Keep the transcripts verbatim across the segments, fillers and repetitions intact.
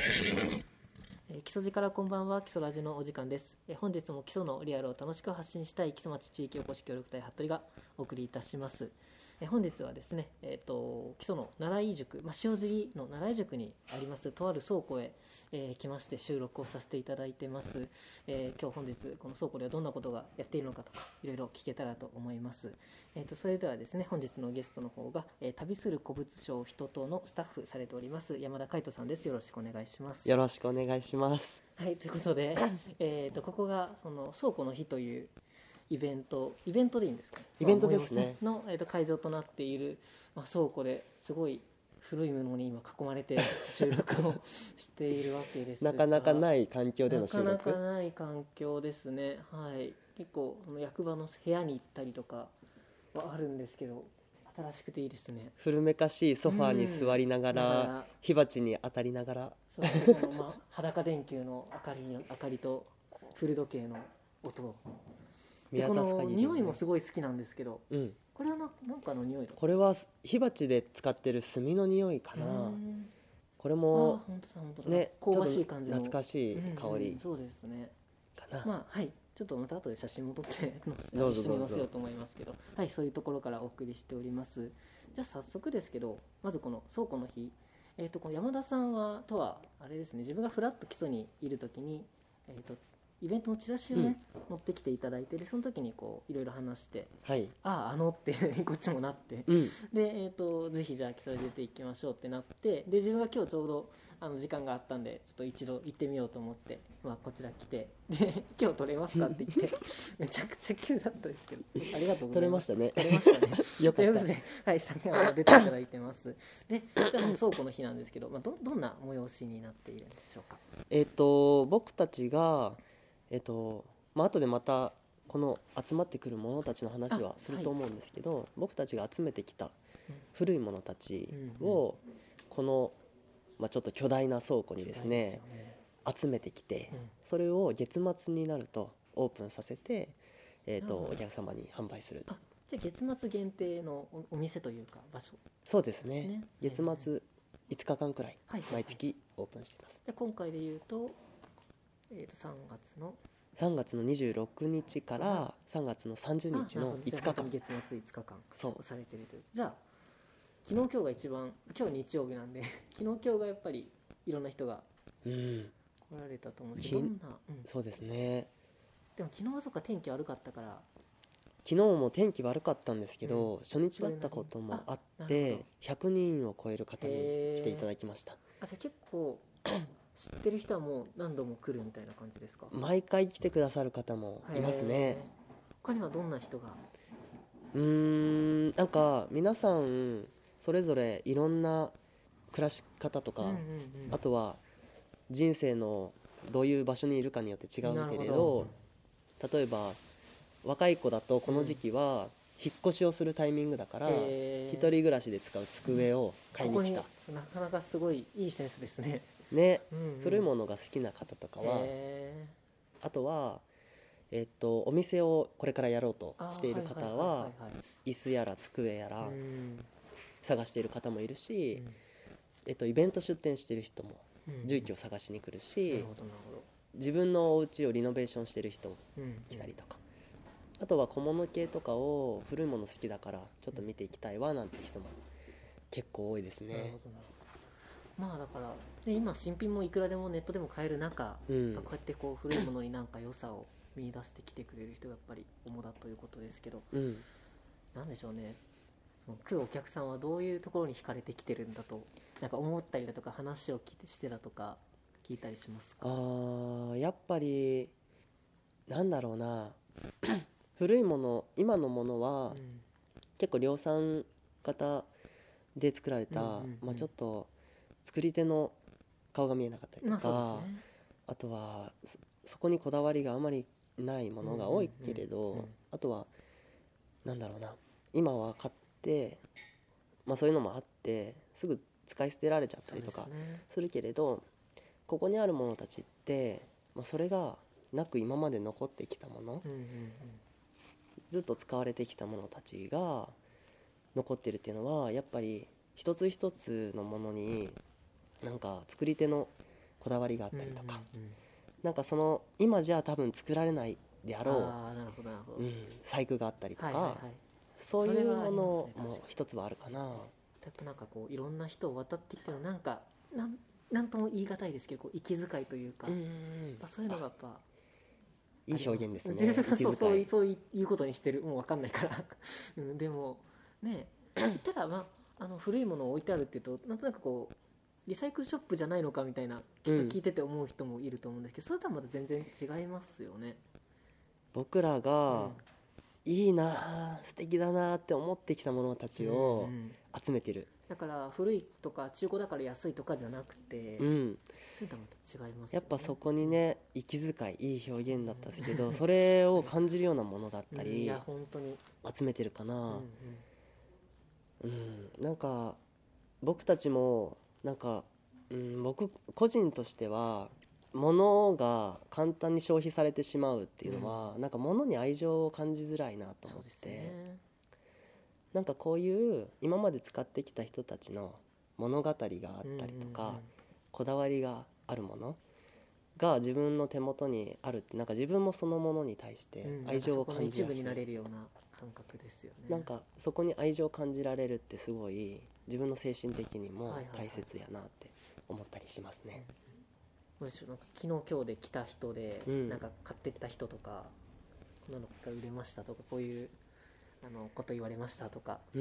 えー基礎寺からこんばんは。基礎ラジのお時間です。えー本日も基礎のリアルを楽しく発信したい基礎町地域おこし協力隊服部がお送りいたします。えー本日はですね、えー、と基礎の奈良井塾、まあ、塩尻の奈良井塾にありますとある倉庫へ、えー来まして収録をさせていただいてます。えー今日本日この倉庫ではどんなことがやっているのかとかいろいろ聞けたらと思います。えー、とそれではですね、本日のゲストの方が、えー旅する古物商人とのスタッフされております山田海人さんです。よろしくお願いします。 よろしくお願いします。 はい、ということで、えー、とここがその倉庫の日というイベントイベントでいいんですかね、 イベントですねまあ催しの、えー、と会場となっている、まあ、倉庫ですごい古いものに今囲まれて収録をしているわけですがなかなかない環境での収録。 なかなかない環境ですね。はい、結構その役場の部屋に行ったりとかはあるんですけど新しくていいですね。 古めかしいソファーに座りながら、 うんだから火鉢に当たりながら、 そしてこの、まあ、裸電球の明かりの明かりと古時計の音見でこの渡す限り、 匂いもすごい好きなんですけど、 うん、 これはななんかの匂いだこれは火鉢で使ってる炭の匂いかな。 うんこれあも本当だ本当だ、 ね、 香ばしい感じの懐かしい香うんうんりそうですね。 かな。 まあはい、ちょっとまた後で写真も撮ってどうぞ一緒に載せよどうぞうと思いますけど、はい、そういうところからお送りしております。じゃあ早速ですけど、まずこの倉庫の日、えー、とこの山田さんはとはあれですね、自分がフラッと基礎にいるときに、えー、とイベントのチラシをね、持ってきていただいて、でその時にこういろいろ話して、 はい、 あああのってこっちもなって、 うん、 で、えー、とぜひじゃあ基礎で出ていきましょうってなって、で自分は今日ちょうどあの時間があったんでちょっと一度行ってみようと思って、まあ、こちら来て、で今日撮れますかって言ってめちゃくちゃ急だったですけどありがとうございます。 撮れましたね撮れましたねよかったということで、はい、先ほど出ていただいてますでじゃあその倉庫の日なんですけど、まあ、ど, どんな催しになっているんでしょうか。 えっ、と僕たちがえっ、とまあ後でまたこの集まってくる者たちの話はすると思うんですけど、僕たちが集めてきた古いものたちをこの、まあ、ちょっと巨大な倉庫にですね集めてきて、 うんそれを月末になるとオープンさせて、えー、となるほどお客様に販売する。 あじゃあ月末限定の お, お店というか場所そうですね、 ね月末いつかかんくらいはいはいはい毎月オープンしています。 で今回で言うと、えー、とさんがつのさんがつのにじゅうろくにちからさんがつのさんじゅうにちのいつかかん。 じゃあ本当に月末いつかかんそうをされているという。じゃあ昨日今日が一番、今日日曜日なんで昨日今日がやっぱりいろんな人がうん来られたと思うんですけど、 きどんな、うん、 そうですね。 でも昨日はそっか天気悪かったから昨日も天気悪かったんですけど、 うん初日だったこともあっそれなりにあなるほてどひゃくにんを超える方に来ていただきました。 あじゃあ結構知ってる人はもう何度も来るみたいな感じですか。 毎回来てくださる方もいますね。 へー他にはどんな人が。 うーんなんか皆さんそれぞれいろんな暮らし方とか、 うんうんうんあとは人生のどういう場所にいるかによって違うけれなるど、例えば若い子だとこの時期は引っ越しをするタイミングだから、 へー一人暮らしで使う机を買いに来た、 ここになかなかすごいいいセンスですね。 ね、 うんうん古いものが好きな方とかは、 へあとは、えっと、お店をこれからやろうとーしている方あーいははいはい椅子やら机やらはいうん探している方もいるし、 うんえっと、イベント出店している人もうん住居を探しに来るなしる、ほどなるほど。 自分のお家をリノベーションしている人もうん来たりとか、あとは小物系とかを古いもの好きだからちょっと見ていきたいわなんて人も結構多いですね。 なるほどなるほど。まあだからで今新品もいくらでもネットでも買える中、 うんこうやってこう古いものになんか良さを見出してきてくれる人がやっぱり主だということですけど、 うん、 なんでしょうね、その来るお客さんはどういうところに惹かれてきてるんだとなんか思ったりだとか話を聞いてしてだとか聞いたりしますか。 あーやっぱりなんだろうな古いもの今のものはうん結構量産型で作られた、 うんうんうんまあ、ちょっと作り手の顔が見えなかったりとまあか、 そうですね。 あとは そ, そこにこだわりがあまりないものが多いけれど、 うんうんうんうんあとはなんだろうな今は買って、まあ、そういうのもあってすぐ使い捨てられちゃったりとかそうですねするけれど、ここにあるものたちって、まあ、それがなく今まで残ってきたもの、 うんうんうんずっと使われてきたものたちが残ってるっていうのはやっぱり一つ一つのものになんか作り手のこだわりがあったりとか、 うんうんうん、 なんかその今じゃ多分作られないであろう、 あなるほどなるほど、 うん、細工があったりとか、 はいはいはい、 そういうものも一つはあるかな。 やっぱなんかこういろんな人を渡ってきてるなんかなんなんとも言い難いですけどこう息遣いというか、うんうん、やっぱそういうのがやっぱいい表現ですね。 自分がそうそういうそういうことにしてるもう分かんないから、うん、でもね言ったらまああの古いものを置いてあるっていうとなんとなくこうリサイクルショップじゃないのかみたいなきっと聞いてて思う人もいると思うんですけど、うん、それとはまた全然違いますよね。 僕らが、うんいいな素敵だなって思ってきたものたちを集めてる、うんうん、 だから古いとか中古だから安いとかじゃなくて、 うん、 そういうのはまた違いますよね。 やっぱそこにね息遣いいい表現だったんですけど、うん、それを感じるようなものだったり、うん、 いや本当に集めてるかな、うんうんうん、 なんか僕たちもなんか、うん、僕個人としては物が簡単に消費されてしまうっていうのは、うん、なんか物に愛情を感じづらいなと思って、ね、なんかこういう今まで使ってきた人たちの物語があったりとか、うんうんうん、こだわりがあるものが自分の手元にあるって、なんか自分もそのものに対して愛情を感じやすい、うん、 一部になれるような感覚ですよね。 なんかそこに愛情を感じられるってすごい自分の精神的にも大切やなって思ったりしますね。はいはいはい、 なんか昨日今日で来た人で、うん、なんか買ってった人とかこんなのが売れましたとかこういうあのこと言われましたとか、うん、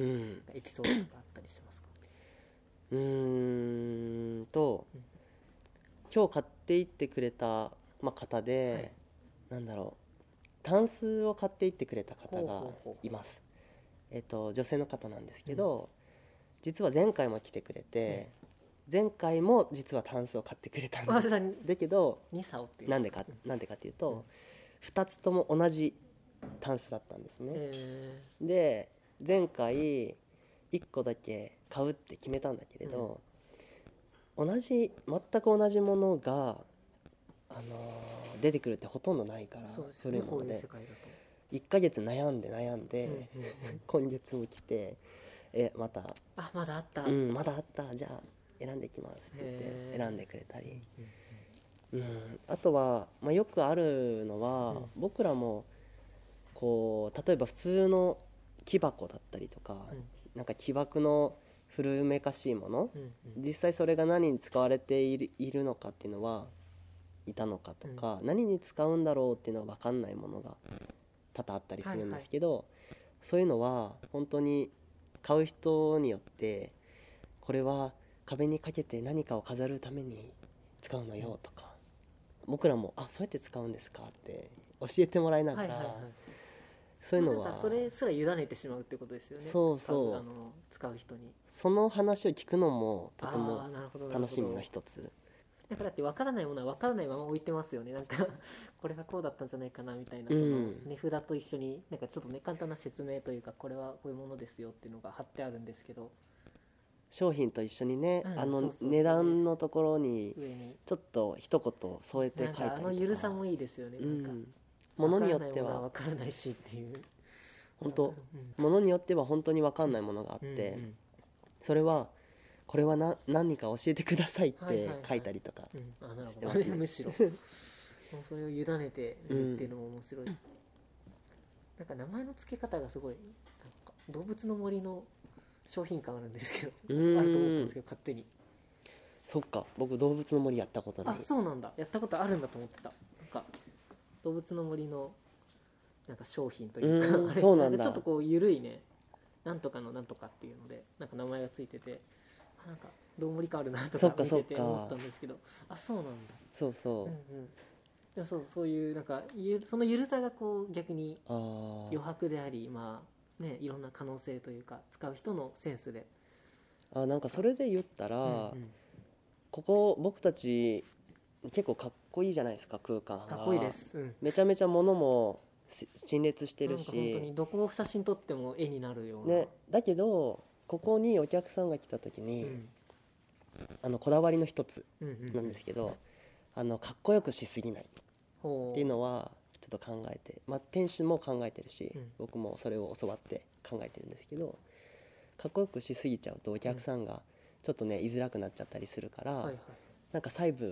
エピソードとかあったりしますか？ うーんと、うん、今日買っていってくれた、まあ、方で、はい、なんだろうタンスを買っていってくれた方がいます。えっと、女性の方なんですけど、うん、実は前回も来てくれて、うん、前回も実はタンスを買ってくれたんです。だけどなんでかなんでかっていうと、うん、ふたつとも同じタンスだったんですね。で前回いっこだけ買うって決めたんだけれど、うん、同じ全く同じものが、あのー、出てくるってほとんどないから、 そうですよね、こういう世界だといっかげつ悩んで悩んで、うんうんうん、今月も来てえまたあまだあった、 うん、まだあったじゃあ選んできますって言って選んでくれたり、うんうんうん、あとは、まあ、よくあるのは、うん、僕らもこう例えば普通の木箱だったりとか、うん、なんか木箱の古めかしいもの、うんうん、実際それが何に使われている、いるのかっていうのはいたのかとか、うん、何に使うんだろうっていうのは分かんないものが多々あったりするんですけど、はいはい、そういうのは本当に買う人によってこれは壁にかけて何かを飾るために使うのよとか、僕らもあそうやって使うんですかって教えてもらいながら、はいはいはい、そういうのはなんかそれすら委ねてしまうってことですよね。 そうそう、 あの使う人にその話を聞くのもとても楽しみの一つ。 だからって分からないものは分からないまま置いてますよね。なんかこれがこうだったんじゃないかなみたいな、その値札と一緒になんかちょっとね簡単な説明というかこれはこういうものですよっていうのが貼ってあるんですけど、 商品と一緒にね、うん、あの値段のところにちょっと一言添えて書いたりとか、 あのゆるさもいいですよね。なんか、うん、 ものによっては分からないしっていう、 本当、うん、ものによっては本当に分かんないものがあって、うんうん、それはこれはな何か教えてくださいって書いたりとかしてますね。 むしろもうそれを委ねてるっていうのも面白い、うん、なんか名前の付け方がすごいなんか動物の森の商品感あるんですけどあると思ったんですけど勝手に。 そっか、僕動物の森やったことない。 あ、そうなんだ、やったことあるんだと思ってた。なんか動物の森のなんか商品というか、あれそうなんだ、 ちょっとこう緩いね、なんとかのなんとかっていうのでなんか名前がついてて、なんかどう盛り変わるなとか見てて思ったんですけど、あ、そうなんだ。 そうそう、うんうん、 でもそうそういうなんかその緩さがこう逆に余白であり、まあね、いろんな可能性というか使う人のセンスで、 あ、なんかそれで言ったら、うんうん、ここ僕たち結構かっこいいじゃないですか、空間がかっこいいです、うん、 めちゃめちゃ物も陳列してるし、 本当にどこを写真撮っても絵になるような、 ね、だけどここにお客さんが来た時に、うん、あのこだわりの一つなんですけど、うんうんうん、あのかっこよくしすぎないっていうのはちょっと考えて、まあ、店主も考えてるし、うん、僕もそれを教わって考えてるんですけど、かっこよくしすぎちゃうとお客さんがちょっとね居づらくなっちゃったりするから、うん、はいはい、なんか細部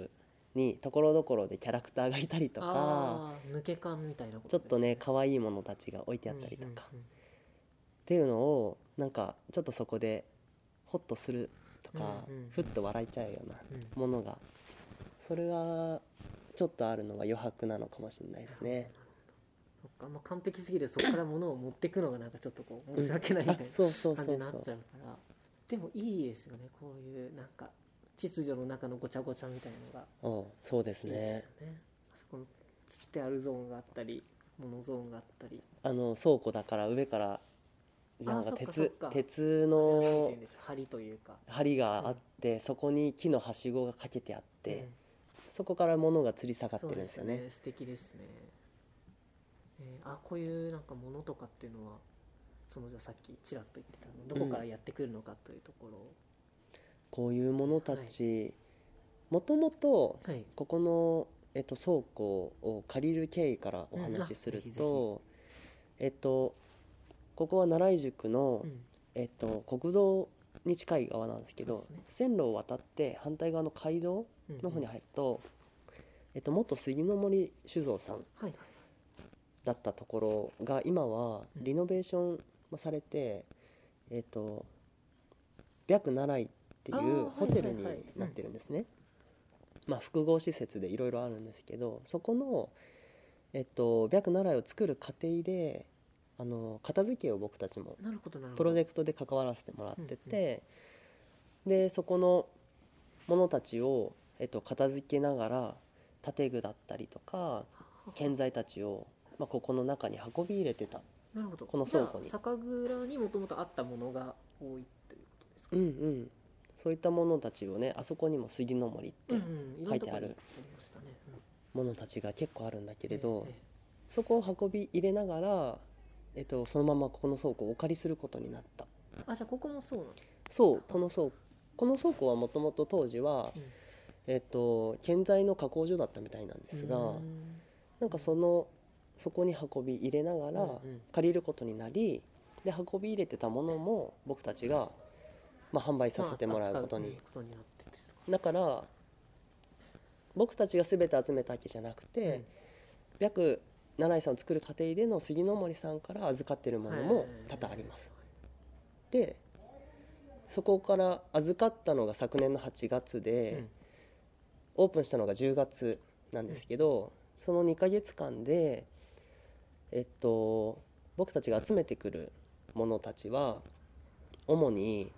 にところどころでキャラクターがいたりとか、 あ抜け感みたいなことですね、 ちょっとね可愛いものたちが置いてあったりとか、 うんうんうん、 っていうのをなんかちょっとそこでホッとするとか、 うんうん、 ふっと笑えちゃうようなものが、それがちょっとあるのは余白なのかもしれないですね。 そっか、まあ、完璧すぎるそこから物を持っていくのがなんかちょっとこう申し訳ないみたいなそうそうそうそう感じになっちゃうから、でもいいですよね、こういうなんか秩序の中のごちゃごちゃみたいなのが。 うん、そうですね。 いいですよね。あそこのつってあるゾーンがあったり物ゾーンがあったり、 あの倉庫だから上からなんかあそっかそっ鉄か鉄なんての言うんでしょう、梁というか、 梁があって、そこに木のはしごがかけてあって、 うん、 そこから物が吊り下がってそうるんですよね。 素敵ですね。えーあこういうなんか物とかっていうのはそのじゃあさっきちらっと言ってたのどこからやってくるのかというところを、 こういうものたち、もともとはい、 ここの、えっと、倉庫を借りる経緯からお話しすると、えっとここは奈良井宿の、 うんえっと、国道に近い側なんですけど、 そうですね、 線路を渡って反対側の街道の方に入ると、えっと、元杉の森酒造さんはいはい、 だったところが今はリノベーションされて、えっと白奈良井っていうホテルになってるんですね。まあ複合施設でいろいろあるんですけど、そこの、えっと、白奈良井を作る過程であの片付けを僕たちもなるほどなるほど、 プロジェクトで関わらせてもらってて、でそこのものたちを、えっと、片付けながら建具だったりとか建材たちを、まあ、ここの中に運び入れてた。 なるほど、 この倉庫にじゃあ酒蔵にもともとあったものが多いということですか。 うんうん、そういったものたちをね、あそこにも杉の森ってうんうん、 書いてあるろんなところにありましたね、 ものたちが結構あるんだけうんれど、 ええそこを運び入れながら、えっと、そのままここの倉庫をお借りすることになった。 ええあじゃあここもそうなの。 そうこの倉庫この倉庫はもともと当時は、 うんえっと、建材の加工所だったみたいなんですが、 うんなんかそのそこに運び入れながらうんうん借りることになり、で運び入れてたものも僕たちが、まあ、販売させてもらうことに、 まあ扱ことになってですか。 だから僕たちが全て集めたわけじゃなくて、白奈良井さんを作る過程での杉の森さんから預かってるものも多々あります。でそこから預かったのが昨年のはちがつで、 うんオープンしたのがじゅうがつなんですけど、そのにかげつかんで、えっと、僕たちが集めてくるものたちは主に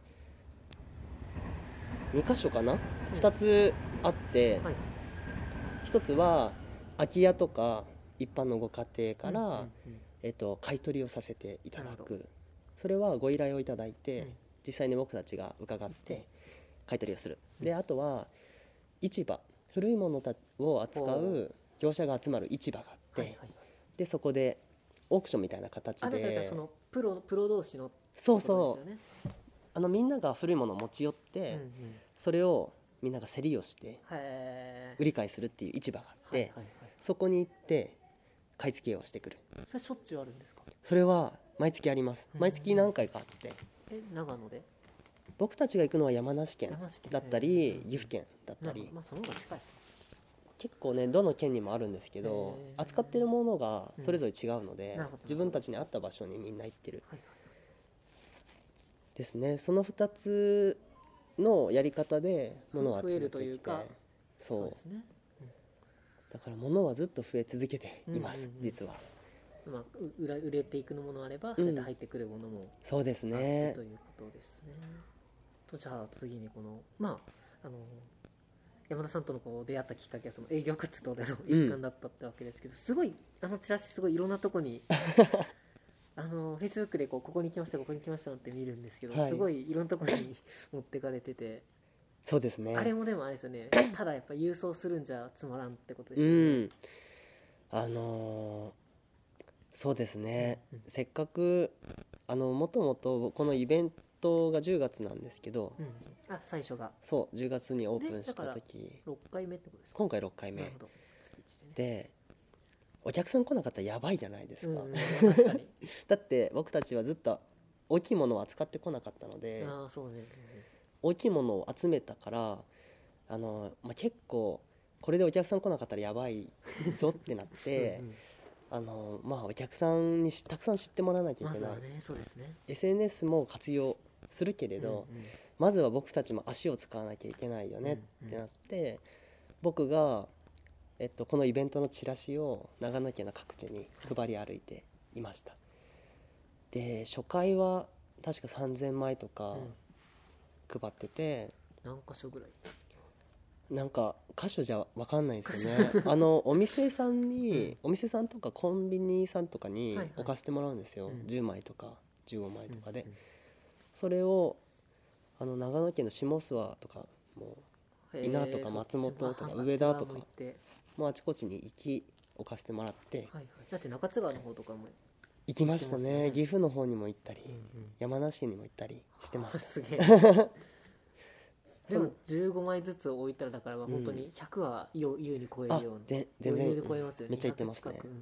にかしょかな、ふたつあって、 はいひとつは空き家とか一般のご家庭から、 うんうんうんえっと、買い取りをさせていただなるほく。それはご依頼をいただいて、 うん実際に僕たちが伺って買い取りをする。であとは市場、古いものを扱う業者が集まる市場があって、 はいはいはい、 でそこでオークションみたいな形あだからで、 そのプロプロ同士のそうそうことですよね。 あのみんなが古いものを持ち寄って、 うんうんそれをみんなが競りをしてへ売り買いするっていう市場があって、 はいはいはい、 そこに行って買い付けをしてくる。 それしょっちゅうあるんですか。 それは毎月あります。 うん毎月何回かあって、 え長野で僕たちが行くのは山梨県山梨県だったり岐阜県だったり、 まあその方が近いです結構ねどの県にもあるんですけど、 へー扱ってるものがそれぞれ違うので、 うんなるほど自分たちに合った場所にみんな行ってるはいはいですね。そのふたつのやり方で物を集めてきて、 増えるというかそうそうですね、 だから物はずっと増え続けています、 うんうんうん実は。 まあ、う売ら売れていくものもあれば、そうやって入ってくるものもそうですあってねということですね。とじゃあ次にこのまああの山田さんとのこう出会ったきっかけはその営業活動での一環だったってわけですけど、すごいあのチラシすごいいろんなとこにあのフェイスブックでこうここに来ましたここに来ましたって見るんですけど、 はいすごいいろんなとこに持ってかれてて、 そうですね。 あれもでもあれですよねただやっぱ郵送するんじゃつまらんってことですうよね。 んあのーそうですね、 うんうんせっかくあのもともとこのイベントがじゅうがつなんですけど、 うん、あ最初がそうじゅうがつにオープンしたでだ時、 ろっかいめってことですか。 今回ろっかいめなるほど月一でね。 で、お客さん来なかったらやばいじゃないですか、 うんうん、まあ確かにだって僕たちはずっと大きいものを扱ってこなかったので、 ああそうね、 大きいものを集めたからあの、まあ、結構これでお客さん来なかったらやばいぞってなってうんうんあのまあお客さんにしたくさん知ってもらわなきゃいけない、 まずはねそうですねエスエヌエス も活用するけれど、 うんうんまずは僕たちも足を使わなきゃいけないよねってなって、僕が、えっと、このイベントのチラシを長野県の各地に配り歩いていました。で初回は確かさんぜんまいとか配ってて、 何箇所ぐらいなんか箇所じゃ分かんないですよねあのお店さんに、うん、お店さんとかコンビニさんとかに置かせてもらうんですよ、はいはい、じゅうまいとかじゅうごまいとかで、うんうん、それをあの長野県の下諏訪とかもう伊那とか松本とか上田とかもうあちこちに行き置かせてもらって、 はいはい、だって中津川の方とかも行きました ね, ね岐阜の方にも行ったり、うんうん、山梨にも行ったりしてましたすげえでもじゅうごまいずつ置いたらだから本当にひゃくは優に超えるような、 全然超えますよね、めっちゃ行ってますね、うんうん、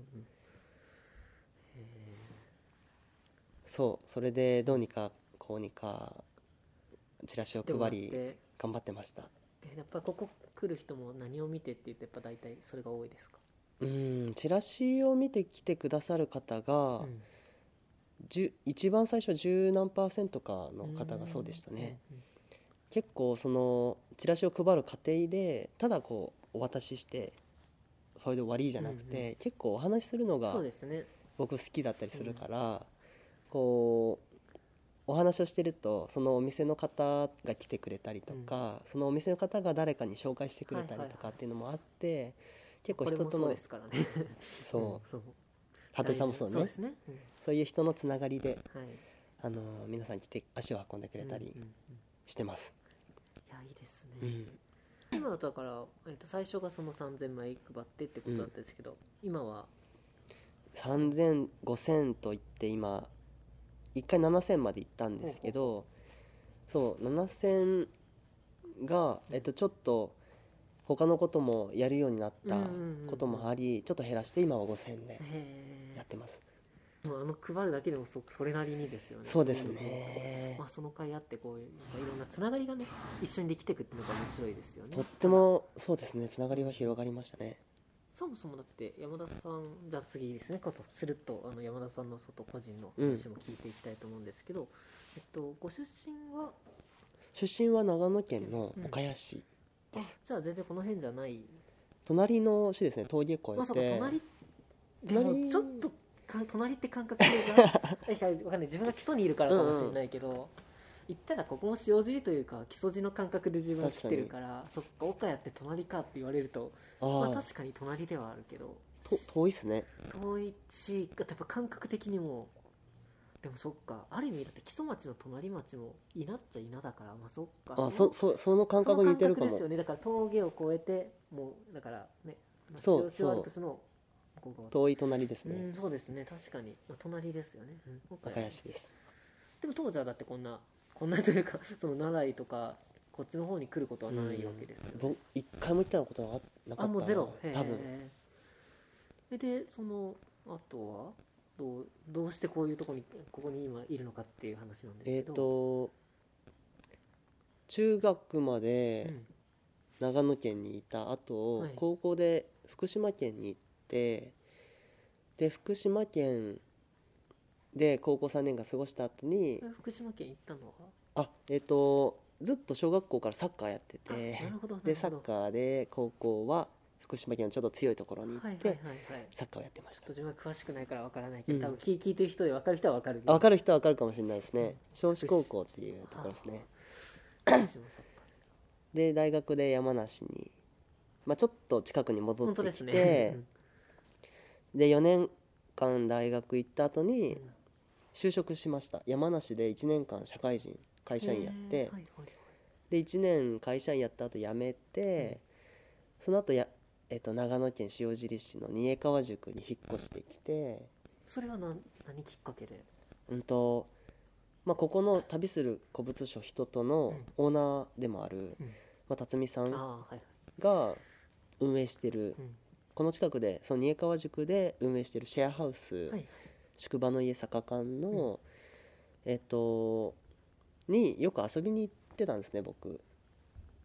そうそれでどうにかこうにかチラシを配り頑張ってました。 えやっぱここ来る人も何を見てって言ってやっぱ大体それが多いですか？ うんチラシを見て来てくださる方が、うん、一番最初は十何パーセントかの方がそうでしたね、うんうん、結構そのチラシを配る過程でただこうお渡ししてそれで終わりじゃなくて、うんうん、結構お話しするのが僕好きだったりするから、うん、こうお話をしてるとそのお店の方が来てくれたりとか、うん、そのお店の方が誰かに紹介してくれたりとかっていうのもあって、はいはいはい、結構人とのそうですからねそう服部さんもそうね、そうですね、うん、そういう人のつながりで、はい、あの皆さん来て足を運んでくれたりしてます、 うんうんうん、いやいいですね、うん、今だとだから、えー、と最初がそのさんぜんまい配ってってことだったんですけど、うん、今はさんぜん、ごせんといって今いっかいななせんまで行ったんですけど、そうななせんが、えっと、ちょっと他のこともやるようになったこともあり、ちょっと減らして今はごせんでやってます。 もうあの配るだけでも そ, それなりにですよね。 そうですね、 まあ、その会あってこういういろんなつながりがね一緒にできていくっていうのが面白いですよね。 とってもそうですね、つながりは広がりましたね。 そもそもだって山田さん、じゃあ次ですね、ことするとあの山田さんの外個人の話も聞いていきたいと思うんですけど、うん、えっと、ご出身は出身は長野県の岡谷市です、 うん、じゃあ全然この辺じゃない、 隣の市ですね、峠越えて、 まあ、そうか隣でもちょっとか隣って感覚がわかんない、自分が基礎にいるからかもしれないけど、うんうん、言ったらここも塩尻というか木曽路の感覚で自分は来てるから、そっか岡谷って隣かって言われると、あ、まあ、確かに隣ではあるけどと遠いっすね。 遠いし、やっぱ感覚的にもでもそっか、ある意味だって木曽町の隣町も稲っちゃ稲だから、まあそっか、 あ、そそその感覚似てるかも。 その感覚ですよね。だから峠を越えてもうだからね、 そうそう、 アルプスの遠い隣ですね。 うん、そうですね、確かに隣ですよね、うん、 岡谷市です。 でも当時はだってこんなこんなというかその奈良井とかこっちの方に来ることはないわけですよね。 僕一回も来たことはなかったな。あ、 もうゼロ、 多分。 でそのあとはどうどうしてこういうところにここに今いるのかっていう話なんですけど、えーと中学まで長野県にいた後、うん、はい、高校で福島県に行って、で福島県で高校さんねんかん過ごした後に、 福島県行ったのはあえっ、ー、とずっと小学校からサッカーやってて、でサッカーで高校は福島県のちょっと強いところに行って、はいはいはいはい、サッカーをやってました。 ちょっと自分は詳しくないから分からないけど、うん、多分聞いてる人で分かる人は分かる。 分かる人は分かるかもしれないですね。少子高校っていうところですね。で大学で山梨に、まあ、ちょっと近くに戻ってきて、ね、でよねんかん大学行った後に就職しました。山梨でいちねんかん社会人会社員やって、はいはい、でいちねん会社員やった後辞めて、うん、その後や、えっと、長野県塩尻市の新江川塾に引っ越してきて。 それは 何, 何きっかけで？ うんとまあ、ここの旅する古物商人とのオーナーでもある、うんまあ、辰巳さんが運営してる、うん、この近くでその新江川塾で運営してるシェアハウス、はい、宿場の家坂館の、うん、えっとによく遊びに行ってたんですね、僕。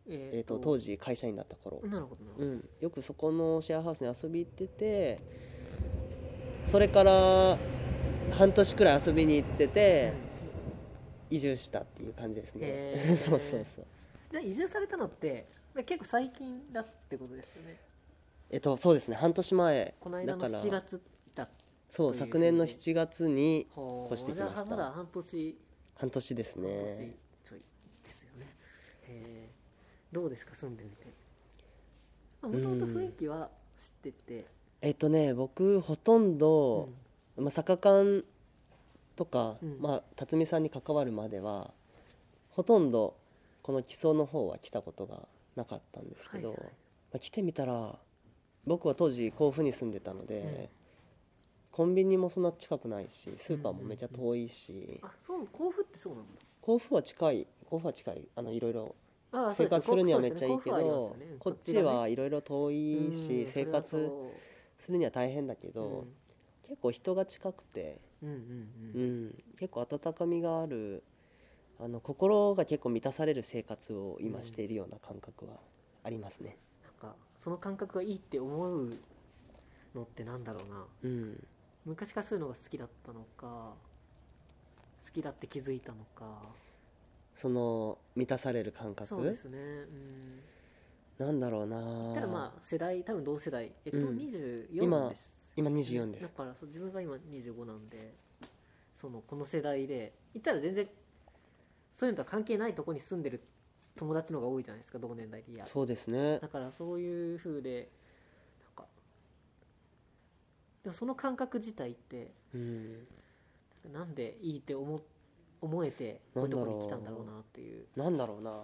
ええー、と当時会社員だった頃、 なるほどなるほど、 うん、よくそこのシェアハウスに遊び行ってて、それから半年くらい遊びに行ってて、移住したっていう感じですね。そうそうそう。 じゃあ移住されたのって結構最近だってことですよね。 えっとそうですね、半年前。 この間のしちがつだ。 そう昨年のしちがつに越してきました。 じゃあまだ半年半年ですね。 半年ちょいですよね。えー、どうですか住んでみて。もともと雰囲気は知ってて、うん、 えっとね僕ほとんど、うん、まあ、坂館とか、うん、まあ、辰巳さんに関わるまではほとんどこの木曽の方は来たことがなかったんですけど、はいはい、まあ、来てみたら僕は当時甲府に住んでたので、うん、コンビニもそんな近くないしスーパーもめちゃ遠いし、うんうんうん、 あそう甲府ってそうなんだ。 甲府は近い甲府は近いあのいろいろ生活するにはめっちゃいいけど、ねね、こっちはいろいろ遠いし、生活するには大変だけど、うん、結構人が近くて、うんうんうんうん、結構温かみがある、あの心が結構満たされる生活を今しているような感覚はありますね。 なんかその感覚がいいって思うのってなんだろうな、うん、昔からそういうのが好きだったのか好きだって気づいたのか、 その満たされる感覚。 そうですね、うん、なんだろうな。ただまあ世代多分同世代、えっと、うん、にじゅうよんです、 今にじゅうよんです。 だからそう自分が今にじゅうごなんで、そのこの世代で言ったら全然そういうのとは関係ないところに住んでる友達の方が多いじゃないですか、同年代で。いやそうですね。 だからそういう風でなんかでもその感覚自体って、うん、なんでいいって思思えてこういうところに来たんだろうなっていう。 なんだろうな。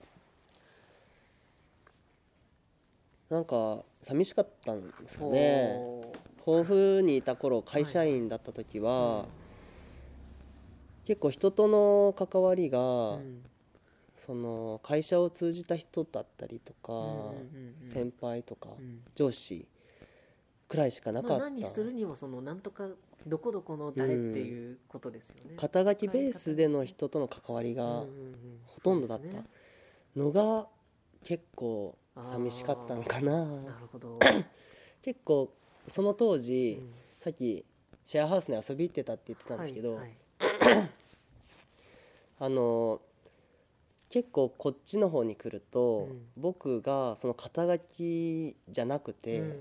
なんか寂しかったんですかね。甲府にいた頃会社員だった時は、はい、うん、結構人との関わりが、うん、その会社を通じた人だったりとか、うんうんうんうん、先輩とか、うん、上司くらいしかなかった、まあ、 何するにもそのなんとかどこどこの誰っていうことですよね、うん、 肩書きベースでの人との関わりがほとんどだったのが結構寂しかったのかな。 なるほど結構その当時、うん、さっきシェアハウスに遊び行ってたって言ってたんですけど、はいはい、あの結構こっちの方に来ると、うん、僕がその肩書きじゃなくて、うんうんうん、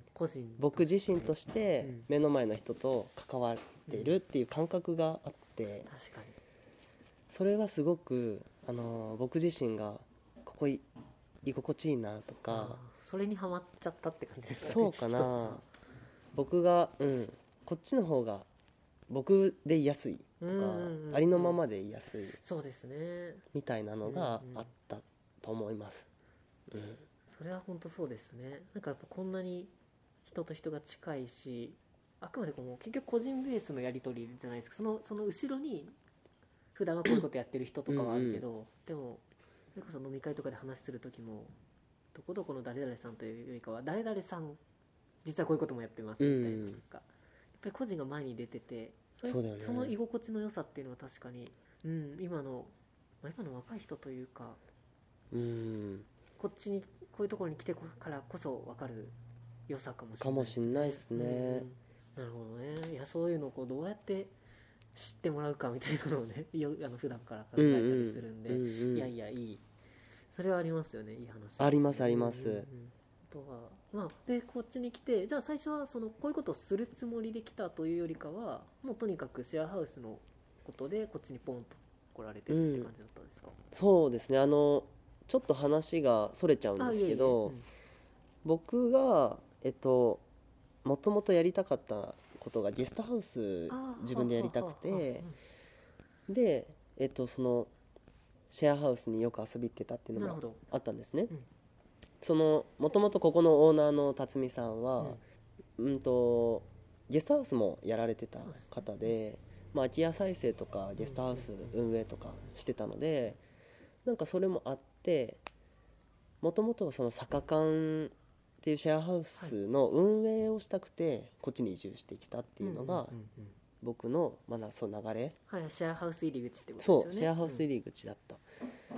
個人僕自身として目の前の人と関わっているっていう感覚があって、うん、確かにそれはすごくあの僕自身がここい居心地いいなとか、 それにハマっちゃったって感じですかね。 そうかな。僕が、うん、こっちの方が僕でいやすいとか、うんうんうんうん、ありのままでいやすい、 そうですね、 みたいなのがあったと思います、 うんうん、それは本当そうですね。なんかやっぱこんなに人と人が近いし、あくまでこう結局個人ベースのやり取りじゃないですか。その、その後ろに普段はこういうことやってる人とかはあるけどうん、うん、でもそれこそ飲み会とかで話する時もどこどこの誰々さんというよりかは誰々さん実はこういうこともやってますみたいな、うん、なんかやっぱり個人が前に出てて、それ、そうだよね、その居心地の良さっていうのは確かに、うん、今の、まあ、今の若い人というか、うん、こっちにこういうところに来てからこそ分かる良さかもしれないですね。かもしれないですね、うん、なるほどね。いやそういうのをこうどうやって知ってもらうかみたいなのをねあの普段から考えたりするんで、うんうん、いやいやいい、それはありますよね。いい話ですね。 ありますあります、うんうんうん、 あとはまあでこっちに来て、じゃあ最初はそのこういうことをするつもりで来たというよりかはもうとにかくシェアハウスのことでこっちにポンと来られてるって感じだったんですか。うん、 そうですね。あのちょっと話がそれちゃうんですけど、いえいえ、うん、僕がえっともともとやりたかったことがゲストハウス自分でやりたくて、で、えっと、そのシェアハウスによく遊び行ってたっていうのがあったんですね。うん、そのもともとここのオーナーの辰巳さんは、うん、うんとゲストハウスもやられてた方で、まあ、空き家再生とかゲストハウス運営とかしてたので、なんかそれもあってもともとその坂館っていうシェアハウスの運営をしたくてこっちに移住してきたっていうのが僕のまだその流れ、 はい、シェアハウス入り口ってことですよね。 そうシェアハウス入り口だった、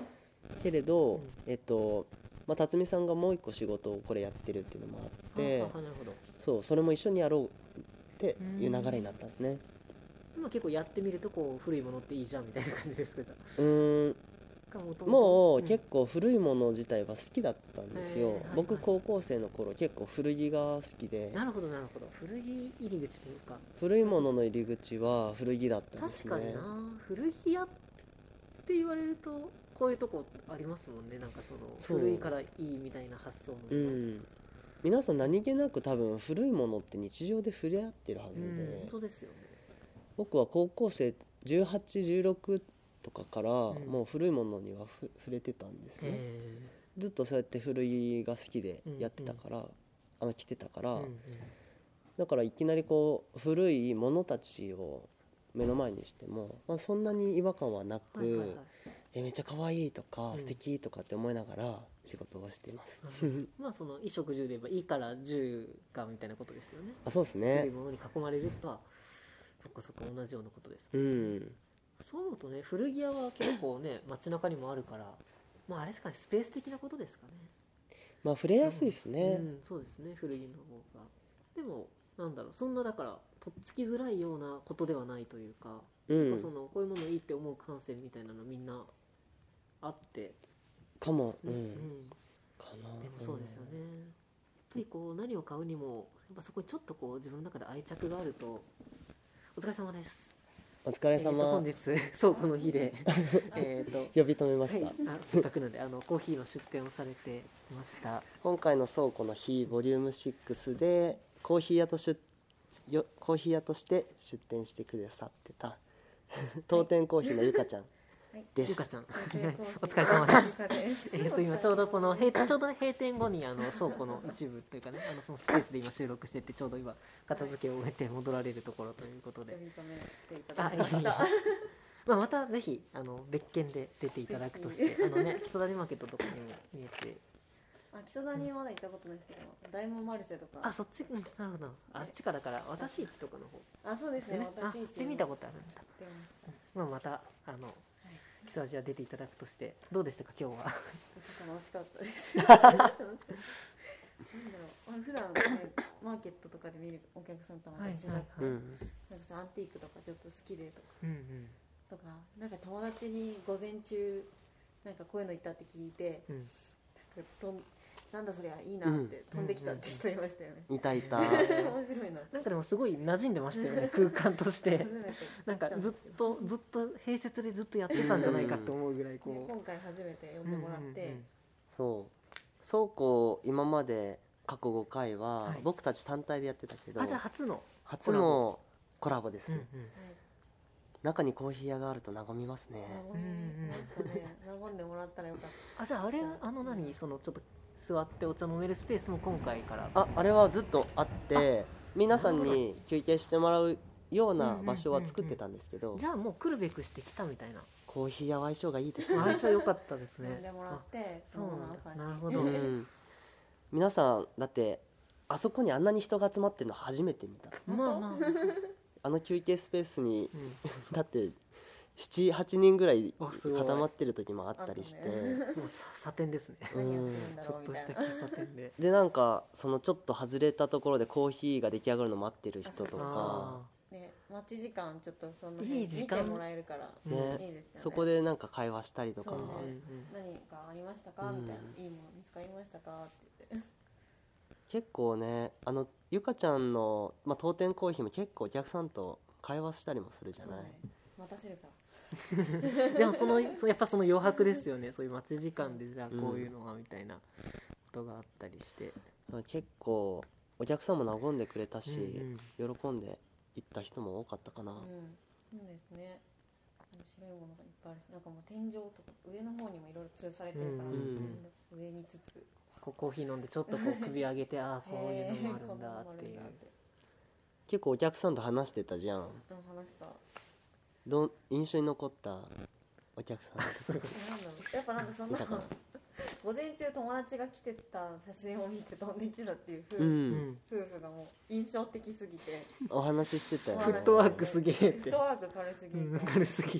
けれど、 うんえっとまあ、辰巳さんがもう一個仕事をこれやってるっていうのもあってはははなるほど。 そうそれも一緒にやろうっていう流れになったんですね。 今結構やってみるとこう古いものっていいじゃんみたいな感じですか？じゃうーんあかもともうと結構古いもの自体は好きだったんですよ、 へーはいはい僕高校生の頃結構古着が好きでうん、なるほどなるほど。古着入り口というか、 古いものの入り口は古着だったんですね。 確かにな、古着屋って言われるとこういうとこありますもんね。なんかそのそう古いからいいみたいな発想の、 うん皆さん何気なく多分古いものって日常で触れ合ってるはずで、 うん本当ですよね。 僕は高校生じゅうはち、じゅうろくとかからんもう古いものにはふ触れてたんですね。 へずっとそうやって古着が好きでやってたから、あの着てたから、 え、うんうんだからいきなりこう古いものたちを目の前にしても、まあ、そんなに違和感はなく、 はいはいはい、 えめっちゃ可愛いとかうん素敵とかって思いながら仕事をしています、 まあその衣食住で言えばいいから住かみたいなことですよね。 あそうです古ねいものに囲まれるとはそっかそっか同じようなことですうもんね。 んそう思うとね、古着屋は結構ね街中にもあるから、まああれですかね、スペース的なことですかね。 まあ触れやすいですね、 うん、そうですね、古着の方が。でもなんだろう、そんなだからとっつきづらいようなことではないというか、 うんやっぱそのこういうものいいって思う感性みたいなのみんなあって、 かも、ううんん、かな。 でもそうですよね。やっぱりこう何を買うにもやっぱそこにちょっとこう自分の中で愛着があると。お疲れ様です。 お疲れえーと様、 本日倉庫の日でえっと呼び止めました、 はい、あせっかくなんであのコーヒーの出店をされてました。 今回の倉庫の日ボリュームろくでコーヒー屋としよコーヒー屋として出店してくださってた当店コーヒーのゆかちゃんです、 ゆかちゃん、おお疲れ様です。 ですえっと今ちょうどこの閉ちょうどね閉店後にあの倉庫の一部というかね、あのそのスペースで今収録してて、ちょうど今片付けを終えて戻られるところということで、 呼び止めていたあだきました。 まあまたぜひあの別件で出ていただくとして、あのね基礎谷マーケットとかにも見えて、 あ、木曽谷まだ行ったことないですけど、ダイモンマルシェとか。 あそっち、うん、なるほど、あっちかだから私市とかの方あ、そうですね。私あ一で見たことあるんだ。 出ました。 まあまたあのはい。 基礎味は出ていただくとして、どうでしたか今日は。 楽しかったです。楽しかった。なんだろう。あ普段ねマーケットとかで見るお客さんとはまた違って、 はいはいはいうんなんかさアンティークとかちょっと好きでとかうんうんとかなんか友達に午前中なんかこういうの行ったって聞いて、 うん、 なんかとんなんだそりゃいいなって飛んできたって人いましたよね。 いたいたうん面白いなって。 なんかでもすごい馴染んでましたよね空間として初めてなんかずっとずっと併設でずっとやってたんじゃないかと思うぐらいねこう、 今回初めて呼んでもらって、 うんうんうんそう倉庫今まで過去ごかいははい僕たち単体でやってたけど、 あじゃあ初の、 初のコラボです、 うんうん中にコーヒー屋があると和みますね、 和みますかね。和んでもらったらよかっあじゃああれあの何そのちょっと座ってお茶飲めるスペースも今回からああれはずっとあって皆さんに休憩してもらうような場所は作ってたんですけど、 じゃあもう来るべくして来たみたいな。 コーヒー屋は相性がいいですね、 相性良かったですた。 ね呼んでもらって、 そうなんだオーナーさんになるほどうん、皆さんだってあそこにあんなに人が集まってるの初めて見た。 まあまあそうそうあの休憩スペースにうんだってななはちにんぐらいあすごい固まってる時もあったりして、 あったねもうさ茶店ですね何やってるんだちょっろうみたいな。 とした喫茶店ででなんかそのちょっと外れたところでコーヒーが出来上がるの待ってる人とそうかあね、待ち時間ちょっとそのい辺い時間見てもらえるからーねいいですよね。 そこでなんか会話したりとか、 そうねうん何かありましたかうんみたいな、いいもの見つかりましたかって言って。 結構ねあのゆかちゃんの、まあ、当店コーヒーも結構お客さんと会話したりもするじゃない、 そうね、待たせるから。 うんでもそのそやっぱその余白ですよね。そういう待ち時間でじゃあこういうのはみたいなことがあったりして、 結構お客さんも和んでくれたし、 うんうん喜んで行った人も多かったかな、 うん、そうですね。面白いものがいっぱいあるし、なんかもう天井とか上の方にもいろいろ吊るされてるから、 うんうん上見つつ、 こうコーヒー飲んでちょっとこう首上げてああこういうのもあるんだっていうへーこんなのもあるんだって結構お客さんと話してたじゃん。 うん話した。 どん印象に残ったお客さんえなんだろう、やっぱなんかそのいたかな午前中友達が来てた写真を見て飛んできてたっていう夫う婦,、 ん、 夫婦がもう印象的すぎて、 お話ししてたよねお話しフットワークすげえってフットワーク軽すぎうんて、 軽すぎ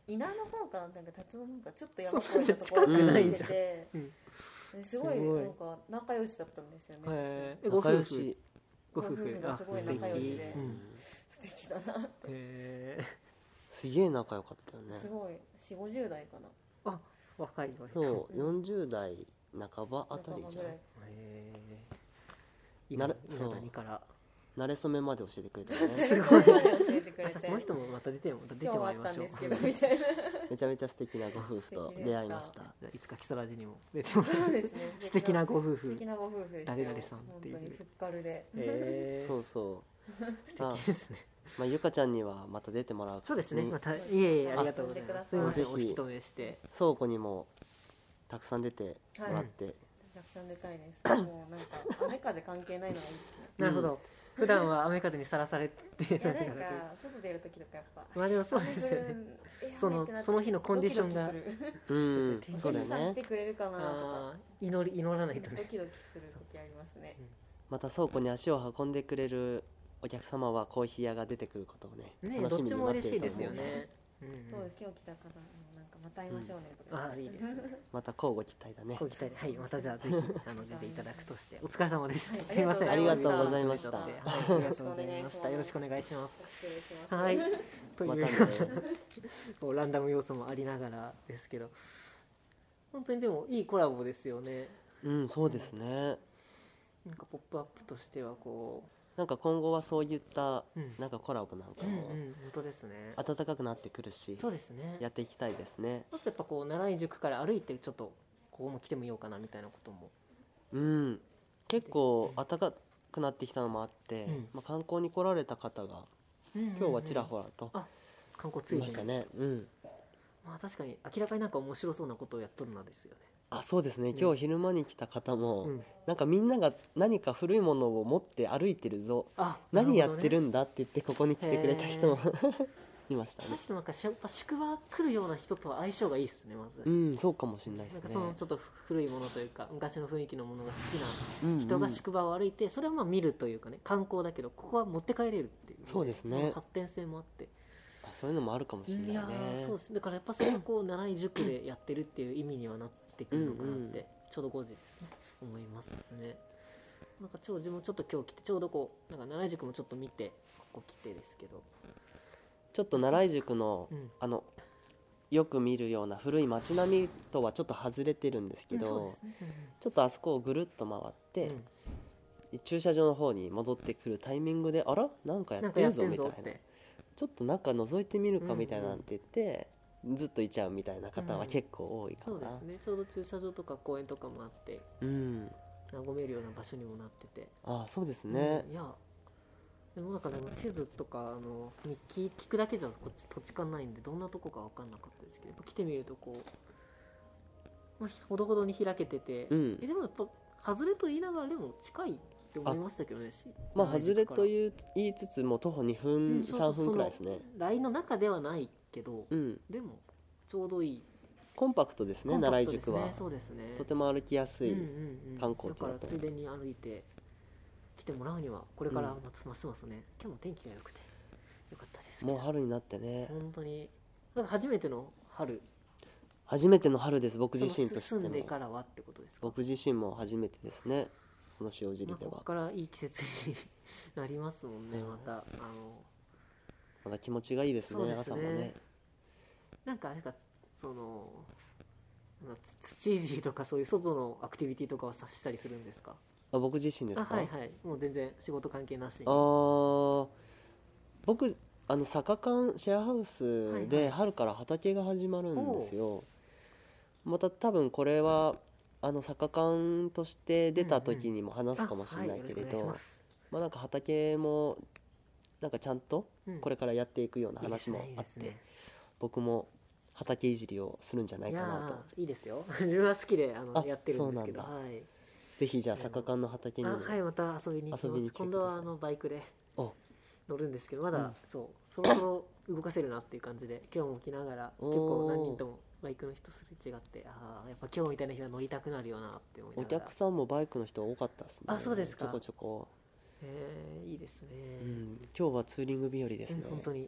稲の方かなんか辰野の方かちょっと山そう越えたところ近くないじゃんにてうんですごいすごいなんか仲良しだったんですよね。 へーえご夫婦仲良し。 ご夫婦ご夫婦がすごい仲良しであ素敵うん素敵だなって。 へすげえ仲良かったよね。 すごいよんじゅうごじゅう代かな。 ーあ若い割とそうよんじゅう代半ばあたりじゃん。 半ばぐらいへー今なる稲谷から慣れ初めまで教えてくれたよね。 すごい教えてくれて。 あじゃあその人もまた出てもまた出て今日はあもらいましょうったんですけどみたいな。 めちゃめちゃ素敵なご夫婦と出会いました。 じゃあいつか基礎ラジにも出てもらそうですね。 素敵なご夫素婦敵なご夫婦でしたよ。 誰々さんっていう本当にふっかるで。 へーそうそう。 素敵ですねまあゆかちゃんにはまた出てもらうそうですねにまたいえいえありがとうございますすいませんぜひお引き止めして倉庫にもたくさん出てもらって、 たくさん出たいです。もうなんか雨風関係ないのがいいですね。 なるほど普段は雨風にさらされていやなんか外出る時とかやっぱ。 まあでもそうですよね雨降るそのえ雨ってなってその日のコンディションがドキドキするうん天気そうだよねお客さん来て。くれるかなとかあー祈り祈らないとドねキドキする時ありますね。 また倉庫に足を運んでくれるお客様はコーヒー屋が出てくることをねねどっちも嬉しいですよると思うねうんうんそうです。今日来た方もなんかまた会いましょうねとか。 ああいいですねまた交互期待だねこう期待ではいまたじゃあぜひあの出ていただくとしてお疲れ様でした、 はいすいませんありがとうございましたはいありがとうございましたよろしくお願いします失礼します。 はいという、 またねこうランダム要素もありながらですけど本当にでもいいコラボですよねうんそうですね。 なんかポップアップとしてはこなんか今後はそういったうんなんかコラボなんかううんうんも本当ですね暖かくなってくるしそうですねやっていきたいですね。 そうするとやっぱこう奈良井宿から歩いてちょっとここも来てみようかなみたいなこともうん結構暖かくなってきたのもあって、 うんまあ、観光に来られた方が今日はちらほらとあ観光ついでにいましたね。うんまあ確かに明らかになんか面白そうなことをやっとるなですよねあそうですねうん今日昼間に来た方も、 うんなんかみんなが何か古いものを持って歩いてるぞあ何やってるんんだって言ってここに来てくれた人もいましたね。 確かになんかしやっぱ宿場来るような人とは相性がいいですねまず、 うんそうかもしれないでなんかすね。 そのちょっと古いものというか昔の雰囲気のものが好きなうんうん人が宿場を歩いてそれはまあ見るというかね観光だけどここは持って帰れるっていうそうですね発展性もあってあそういうのもあるかもしれないね。 いやーそうですだからやっぱそれがこう奈良井宿でやってるっていう意味にはなってくるのかなっうんうんてちょうどごじですね思いますねなんかちょうど自分もちょっと今日来てちょうどこうなんか奈良井宿もちょっと見てここ来てですけどちょっと奈良井宿の、 うんあのよく見るような古い街並みとはちょっと外れてるんですけど、 そうですねちょっとあそこをぐるっと回って、駐車場の方に戻ってくるタイミングであらなんかやってるぞみたいなってちょっと中覗いてみるかみたいなんて言って、ずっといちゃうみたいな方は結構多いかそうでな。 すねちょうど駐車場とか公園とかもあってうん和めるような場所にもなっててあそうですねうん、いやでもなんかね地図とかあの日記聞くだけじゃこっち土地勘ないんでどんなとこか分かんなかったですけどやっぱ来てみるとこう、まあ、ほどほどに開けてて、 うんえでもやっぱ外れと言いながらでも近いって思いましたけどねしまあ外れとういう言いつつも徒歩にふん、 うんそうそうさんぷんくらいですね。 ラインの中ではないけど、 うんでもちょうどいいコンパクトですねコンパ奈良井宿は、 クトですねそうですねとても歩きやすい、 うんうんうん観光地だとだからついでに歩いて来てもらうにはこれからうんますますますね、今日も天気が良くてよかったですもう春になってね本当になんか初めての春初めての春です僕自身そのとしても住んでからはってことですか僕自身も初めてですねこの塩尻ではまあここからいい季節になりますもんね、 うんまたあのまだ気持ちがいいですねそうですね朝もねなんかあれかそのまあつ土いじりとかそういう外のアクティビティとかはさしたりするんですかあ僕自身ですかあはいはいもう全然仕事関係なしにあー僕あの坂館シェアハウスはいはいで春から畑が始まるんですよ、また多分これはあの坂館として出た時にも話すかもしれないけれど、 あはいよろしくお願いしますまあなんか畑もなんかちゃんとうんこれからやっていくような話もいいあってですねいいですね僕も畑いじりをするんじゃないいやかなとーいいですよ自分は好きであのあやってるんですけどそうなんだはいぜひじゃあ坂館の畑にもあはいまた遊びに行き遊びますに来てください今度はあのバイクでお乗るんですけどまだ、 うんそうそろそろ動かせるなっていう感じで今日も来ながらおー結構何人ともバイクの人すれ違ってああやっぱ今日みたいな日は乗りたくなるよなって思いなおがら客さんもバイクの人多かったですねあそうですかちょこちょこ、 へえいいですね、 うん、今日はツーリング日和ですねうん本当に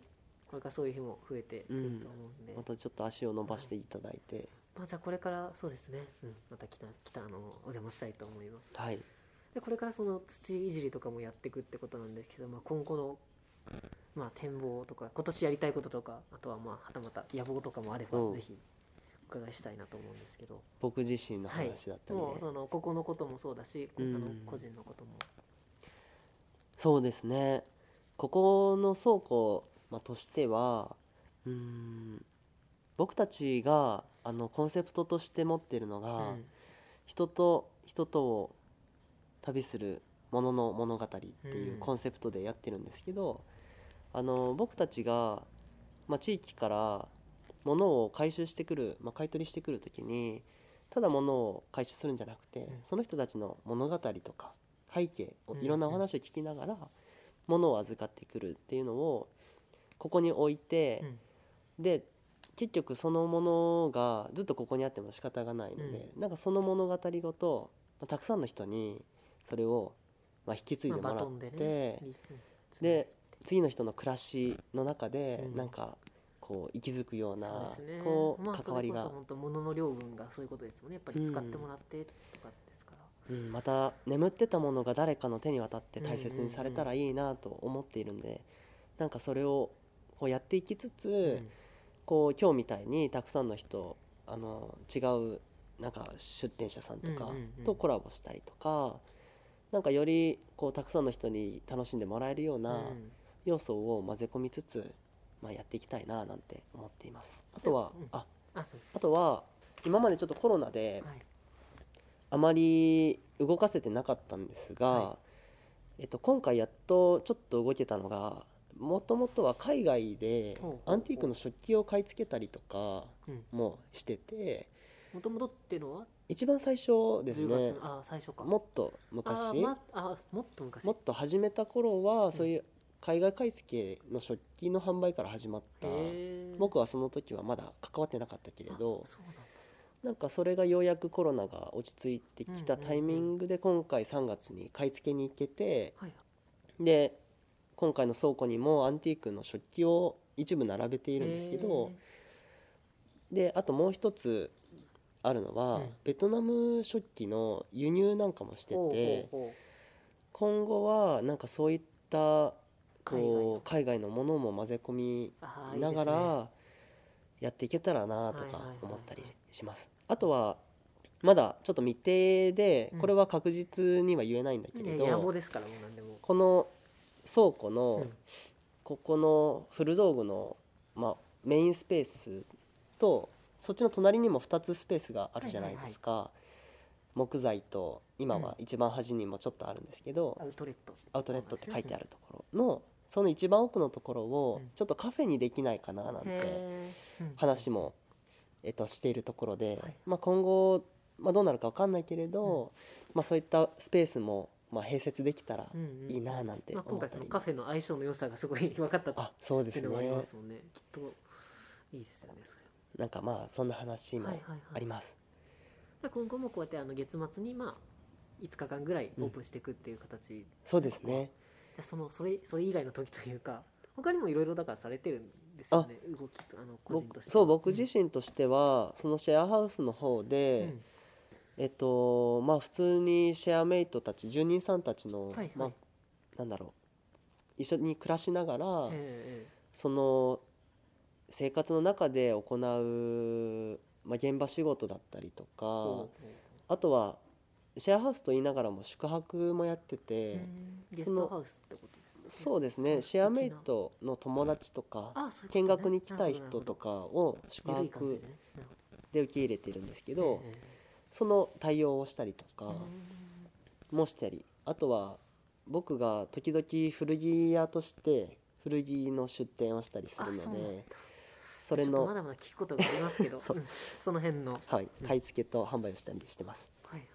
これからそういう日も増えてくると思うんで、 またちょっと足を伸ばしていただいて、 まあ、じゃあこれからそうですね、うん、また来た来たあのお邪魔したいと思います。 はい、 でこれからその土いじりとかもやっていくってことなんですけど、まあ、今後の、まあ、展望とか今年やりたいこととか、あとはまあはたまた野望とかもあれば、 うんぜひお伺いしたいなと思うんですけど。 僕自身の話だったりで、 もうそのここのこともそうだし、あうんの個人のことも。 そうですね、ここの倉庫、まあ、としてはうーん僕たちがあのコンセプトとして持っているのが、 うん人と人とを旅するものの物語っていうコンセプトでやってるんですけど、あの僕たちが、まあ、地域から物を回収してくる、まあ、買い取りしてくるときにただ物を回収するんじゃなくて、 んその人たちの物語とか背景をうんいろんなお話を聞きながら物を預かってくるっていうのをここに置いて、で結局そのものがずっとここにあっても仕方がないので、なんかその物語ごと、まあ、たくさんの人にそれを、まあ、引き継いでもらって、 まあバトンでね、うんで次の人の暮らしの中でうんなんかこう息づくような、 そうですね、 こうまあ、 関わりが、 それこそ本当物の量分がそういうことですもんね。やっぱり使ってもらってとかですから、 うん、また眠ってたものが誰かの手に渡って大切にされたらいいなと思っているんで、なんかそれをこうやっていきつつ、 うんこう今日みたいにたくさんの人あの違うなんか出店者さんとかうんうんうんとコラボしたりとか、なんかよりこうたくさんの人に楽しんでもらえるようなうん要素を混ぜ込みつつ、まあ、やっていきたいななんて思っています。あとは、 うんああそうあとは今までちょっとコロナではいあまり動かせてなかったんですが、 はえっと、今回やっとちょっと動けたのが、もともとは海外でほうほうほうアンティークの食器を買い付けたりとかうんもしてて、 もともとっていうのは一番最初ですじゅうがつね、 のあ最初かもっと昔、 あ、ま、あもっと昔もっと始めた頃はそういう海外買い付けの食器の販売から始まった。 へー僕はその時はまだ関わってなかったけれどあ、そうなんだなんかそれがようやくコロナが落ち着いてきたタイミングで今回さんがつに買い付けに行けて、 はいで今回の倉庫にもアンティークの食器を一部並べているんですけど、であともう一つあるのは、 うんベトナム食器の輸入なんかもしてて、 ほうほうほ今後はなんかそういった海外のこう海外のものも混ぜ込みうあーいいながですねらやっていけたらなとかはいはいはいはい思ったりします。あとはまだちょっと未定で、 うんこれは確実には言えないんだけれど、 いや野望ですからもう何でもこの倉庫のうんここの古道具の、まあ、メインスペースとそっちの隣にもふたつスペースがあるじゃないですか、木材と今は一番端にもちょっとあるんですけど、 アウトレットアウトレットって書いてあるところのその一番奥のところをうんちょっとカフェにできないかななんてへーうん話も、えっと、しているところで、 はいまあ、今後、まあ、どうなるか分かんないけれど、まあ、そういったスペースも、まあ、併設できたらうんうんいいななんてまあ、 思ったり、 今回そのカフェの相性の良さがすごい分かったっあそうですていうのがありね、 ますもんね。きっといいですよねそれなんかまあそんな話もはいはいはいあります。 で今後もこうやってあの月末にまあいつかかんぐらいオープンしていくっていう形、 そうですね。 じゃあそのそれそれ以外の時というか他にもいろいろだからされてるんですよね。動きとあの個人としては僕そう僕自身としては、そのシェアハウスの方うで、 んえっとまあ普通にシェアメイトたち住人さんたちの、 はいはいまあなんだろう一緒に暮らしながら、 えその生活の中で行う、まあ、現場仕事だったりとか、 ほうあとはシェアハウスと言いながらも宿泊もやってほうて、 うんゲストハウスってことですね。 そうですね、シェアメイトの友達とかあそういうことね見学に来たい人とかを宿緩い感じで泊ねなるほで受け入れてるんですけどど、 えその対応をしたりとかえうんもしたり、あとは僕が時々古着屋として古着の出店をしたりするあそうなんだので、それちょっとまの、 だまだ聞くことがありますけどそううんその辺のはい、買い付けと販売をしたりしてます。 はいはい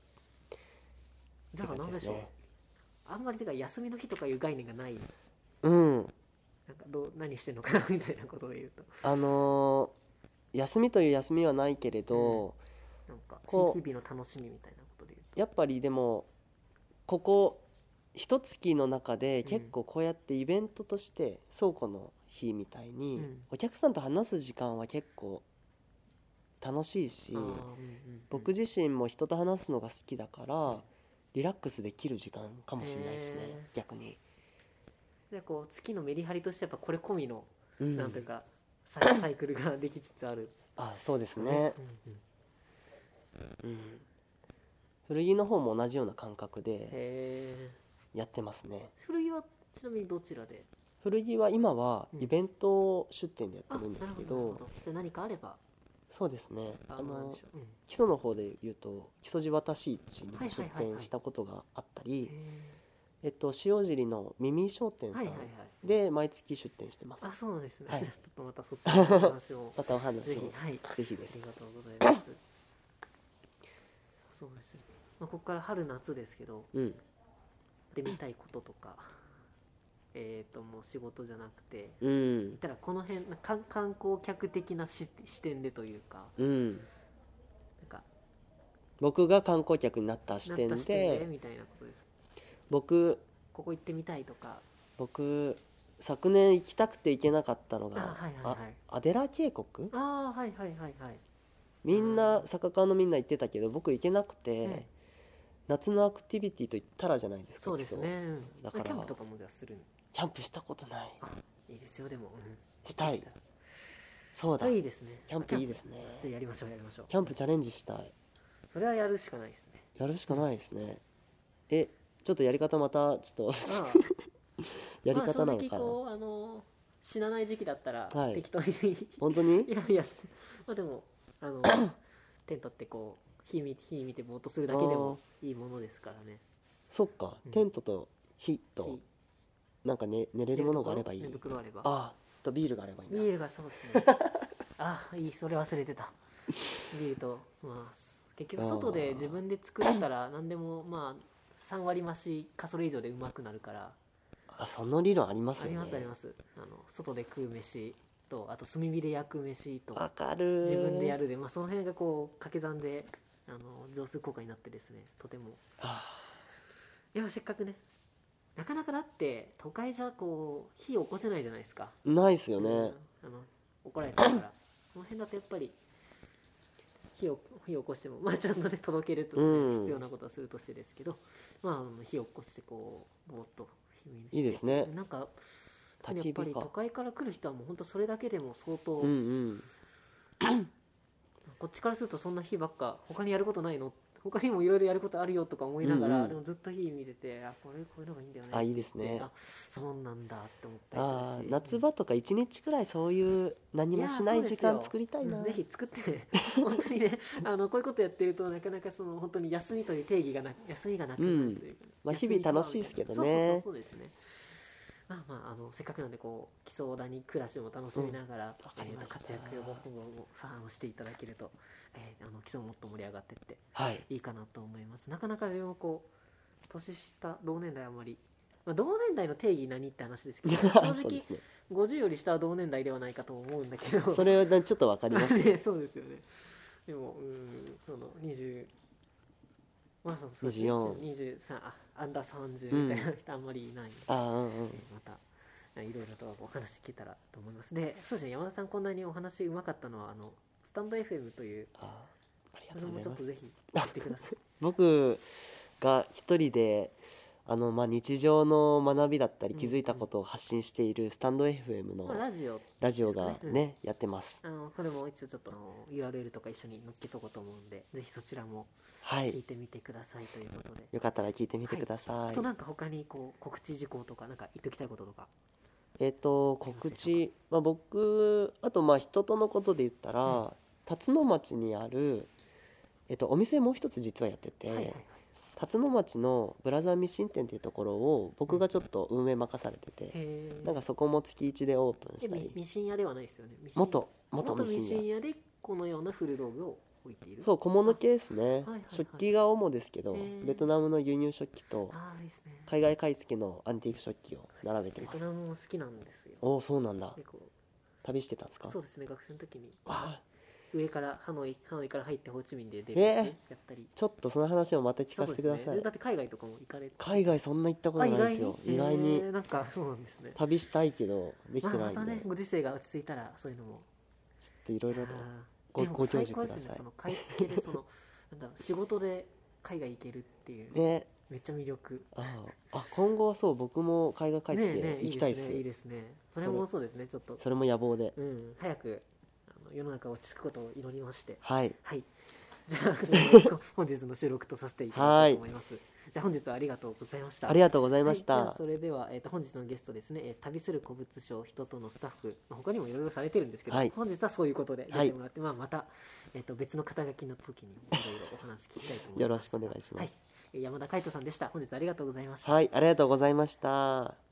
じゃあって何でしょう、 感じですね。 あんまりてか休みの日とかいう概念がない、 うん、 なんかどう何してんのかなみたいなことで言うとあのー休みという休みはないけれど、 なんかこう日々の楽しみみたいなことで言うやっぱりでもここ一月の中で結構こうやってイベントとして倉庫の日みたいに、 うん、 お客さんと話す時間は結構楽しいし、 あーうんうんうん、 僕自身も人と話すのが好きだからリラックスできる時間かもしれないですね、 へー逆に。 でこう月のメリハリとしてやっぱこれ込みの、 うんなんというかサイサイクルができつつある、 あ、そうですうんね、 うんうん、 うん、古着の方も同じような感覚でへやってますね。 ー古着はちなみにどちらで？ 古着は今はうんイベント出店でやあ、 ってるんですけなるほどなるど、 ほど。じゃあ何かあれば、 そうですね、ああのなんのでしょう、うん、 基礎の方で言うと木曽路渡し市にも出はいはいはいはい店したことがあったり、 へえっと、塩尻の耳商店さんーはいはいはい。 で毎月出店してます。 あ、そうなんですね。 はいじゃあちょっとまたそちらのお話をまたお話をぜひ、はい、 ぜひですあり。がとうございます。そうですね。まあ、ここから春夏ですけど、 うん、 やってみたいこととか、えっ、ともう仕事じゃなくて、 うん言ったらこの辺か観光客的な視視点でというか、 うん、 なんか僕が観光客になった視点なった視点でで、 みたいなことです。 僕ここ行ってみたいとか、 僕昨年行きたくて行けなかったのが、 あはいはいはいあアデラ渓谷、 ああはいはいはいはい。 みんなうん坂川のみんな行ってたけど僕行けなくて、 はい夏のアクティビティと言ったらじゃないですか。 そうですね。うんだからキャンプとかもじゃあするんキャンプしたことない。 いいですよでも、うん、 したい。そうだ、 あいいですね。 キャンプいいですね。 ぜひやりましょうやりましょう。 キャンプチャレンジしたい。 それはやるしかないですね。 やるしかないですね。え、ちょっとやり方またちょっとああやり方なまあ、 のかな、 正直こうあの死なない時期だったらはい適当に、 本当にい、やいやまあでもあのテントってこう火見て火見てぼーっとするだけでもいいものですからね。 そっか、 うんテントと火と火なんか、ね、寝れるものがあればいい。 寝袋あれば。 ああとビールがあればいいんだ。 ビールがそうですね。あいいそれ忘れてた。ビールとまあ結局外で自分で作ったら何でもまあさん割増しかそれ以上でうまくなるから。 あ、その理論ありますよね。 ありますあります。あの外で食う飯とあと炭火で焼く飯とわかる。 自分でやるで、まあ、その辺がこう掛け算であの浄水効果になってですね、とてもあいやせっかくね、なかなかだって都会じゃこう火を起こせないじゃないですか。 ーないですよね、 うんあの怒られちゃうからこの辺だとやっぱり火を火を起こしても、まあ、ちゃんとね届けると、ねうん必要なことはするとしてですけど、まあ、あの火を起こしてこうぼーっと火にしていいですね。 なんか焚きやっぱり火か。 都会から来る人はもう本当それだけでも相当、 うんうんこっちからするとそんな日ばっか他にやることないの、他にもいろいろやることあるよとか思いながら、 うんうんでもずっと日見てて、あこれこういうのがいいんだよね、 あ、いいですね。 あそうなんだって思ったあーりするし、 夏場とか一日くらいそういう何もしない時間作りたいな。 うんぜひ作って本当にねあのこういうことやってるとなかなかその本当に休みという定義がな休みがなくなるというか、 まあ休み日々楽しいですけどねそうそうそうそうですね。まあまああのせっかくなんでこう基礎谷暮らしも楽しみながら、 わかりましたえーと活躍を僕もさあしていただけると、えーあの基礎もっと盛り上がっていってはい。 いいかなと思います。なかなか自分もこう年下同年代あんまり、まあ、同年代の定義何って話ですけど正そう直ですね。 ごじゅうより下は同年代ではないかと思うんだけどそれはちょっとわかりますね。 ね、そうですよね。でもうんそのにじゅうまあそうですねにじゅうよんにじゅうさんあアンダーさんじゅうみたいな人あんまりいないので、 あーうんうん。 えーまたいろいろとお話聞けたらと思います。でそうですね、山田さんこんなにお話うまかったのはあのスタンド エフエム という、 あーありがそれとうございます。 もちょっとぜひやってください。 僕が一人であの、まあ、日常の学びだったりうん気づいたことを発信しているスタンド エフエムのまあ、ラジオラジオがですかねねやってます。 あのそれも一応ちょっとあの ユーアールエル とか一緒に載っけとこうと思うんで、ぜひそちらもはい聞いてみてくださいということで、 よかったら聞いてみてください。 あとなんか他にこう告知事項とかなんか言っときたいこととか。 えっ、と告知、まあ、僕あとまあ人とのことで言ったら、 うん辰野町にある、えっとお店もう一つ実はやってて、 はいはいはい辰野町のブラザーミシン店っていうところを僕がちょっと運営任されてて、 へーなんかそこも月いちでオープンえしたり、 みミシン屋ではないですよね。ミシン元元元ミミシン屋、 シン屋でこのような古道具を置いている。 そう小物系ですね、 はいはいはい食器が主ですけど、 へーベトナムの輸入食器とああいいですね。 海外買い付けのアンティーク食器を並べてベます。 トナムも好きなんですよ。 おおそうなんだ。 結構旅してたんですか？ そうですね、学生の時にあ上からハノイハノイから入ってホーチミンで出るやつやったり、 ちょっとその話をまた聞かせてください、 そうですね、だって海外とかも行かれて、 海外そんな行ったことないですよ、意外にえーなんかそうなんですね。 旅したいけどできてないんで、 まあ、またねご時世が落ち着いたらそういうのもちょっといろいろとあーごでもご教授くだ最高ですね、 さその買い付けでそのなんだろう仕事で海外行けるっていう、 いね。 めっちゃ魅力。 あああ今後はそう僕も海外買い付けねえねえ行きたいっす、 いいですねいいですね。それもそうですね、ちょっとそれも野望で、 うん早くあの世の中落ち着くことを祈りまして、 はいはいじゃあ本日の収録とさせていただきたいと思います。じゃあ本日はありがとうございました。 ありがとうございました、 はい、ではそれでは、えー、と本日のゲストですね、えー旅する古物商人とのスタッフの他にもいろいろされてるんですけど、 はい本日はそういうことで出はいてもらって、まあ、また、えー、と別の肩書きの時にいろいろお話聞きたいと思います。 よろしくお願いします、 はい、えー山田海人さんでした。本日ありがとうございました。 はい、ありがとうございました。